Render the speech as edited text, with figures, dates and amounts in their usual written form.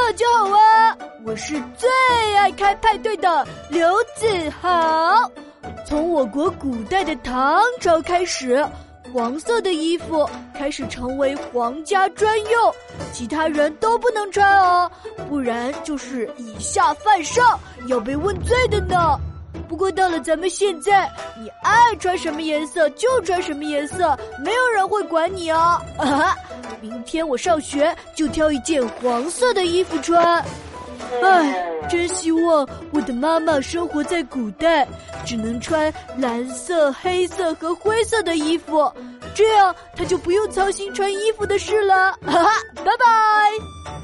大家好啊，我是最爱开派对的刘子豪。从我国古代的唐朝开始，黄色的衣服开始成为皇家专用，其他人都不能穿哦，不然就是以下犯上，要被问罪的呢。不过到了咱们现在，你爱穿什么颜色就穿什么颜色，没有人会管你哦。明天我上学就挑一件黄色的衣服穿。真希望我的妈妈生活在古代，只能穿蓝色、黑色和灰色的衣服，这样她就不用操心穿衣服的事了。拜拜。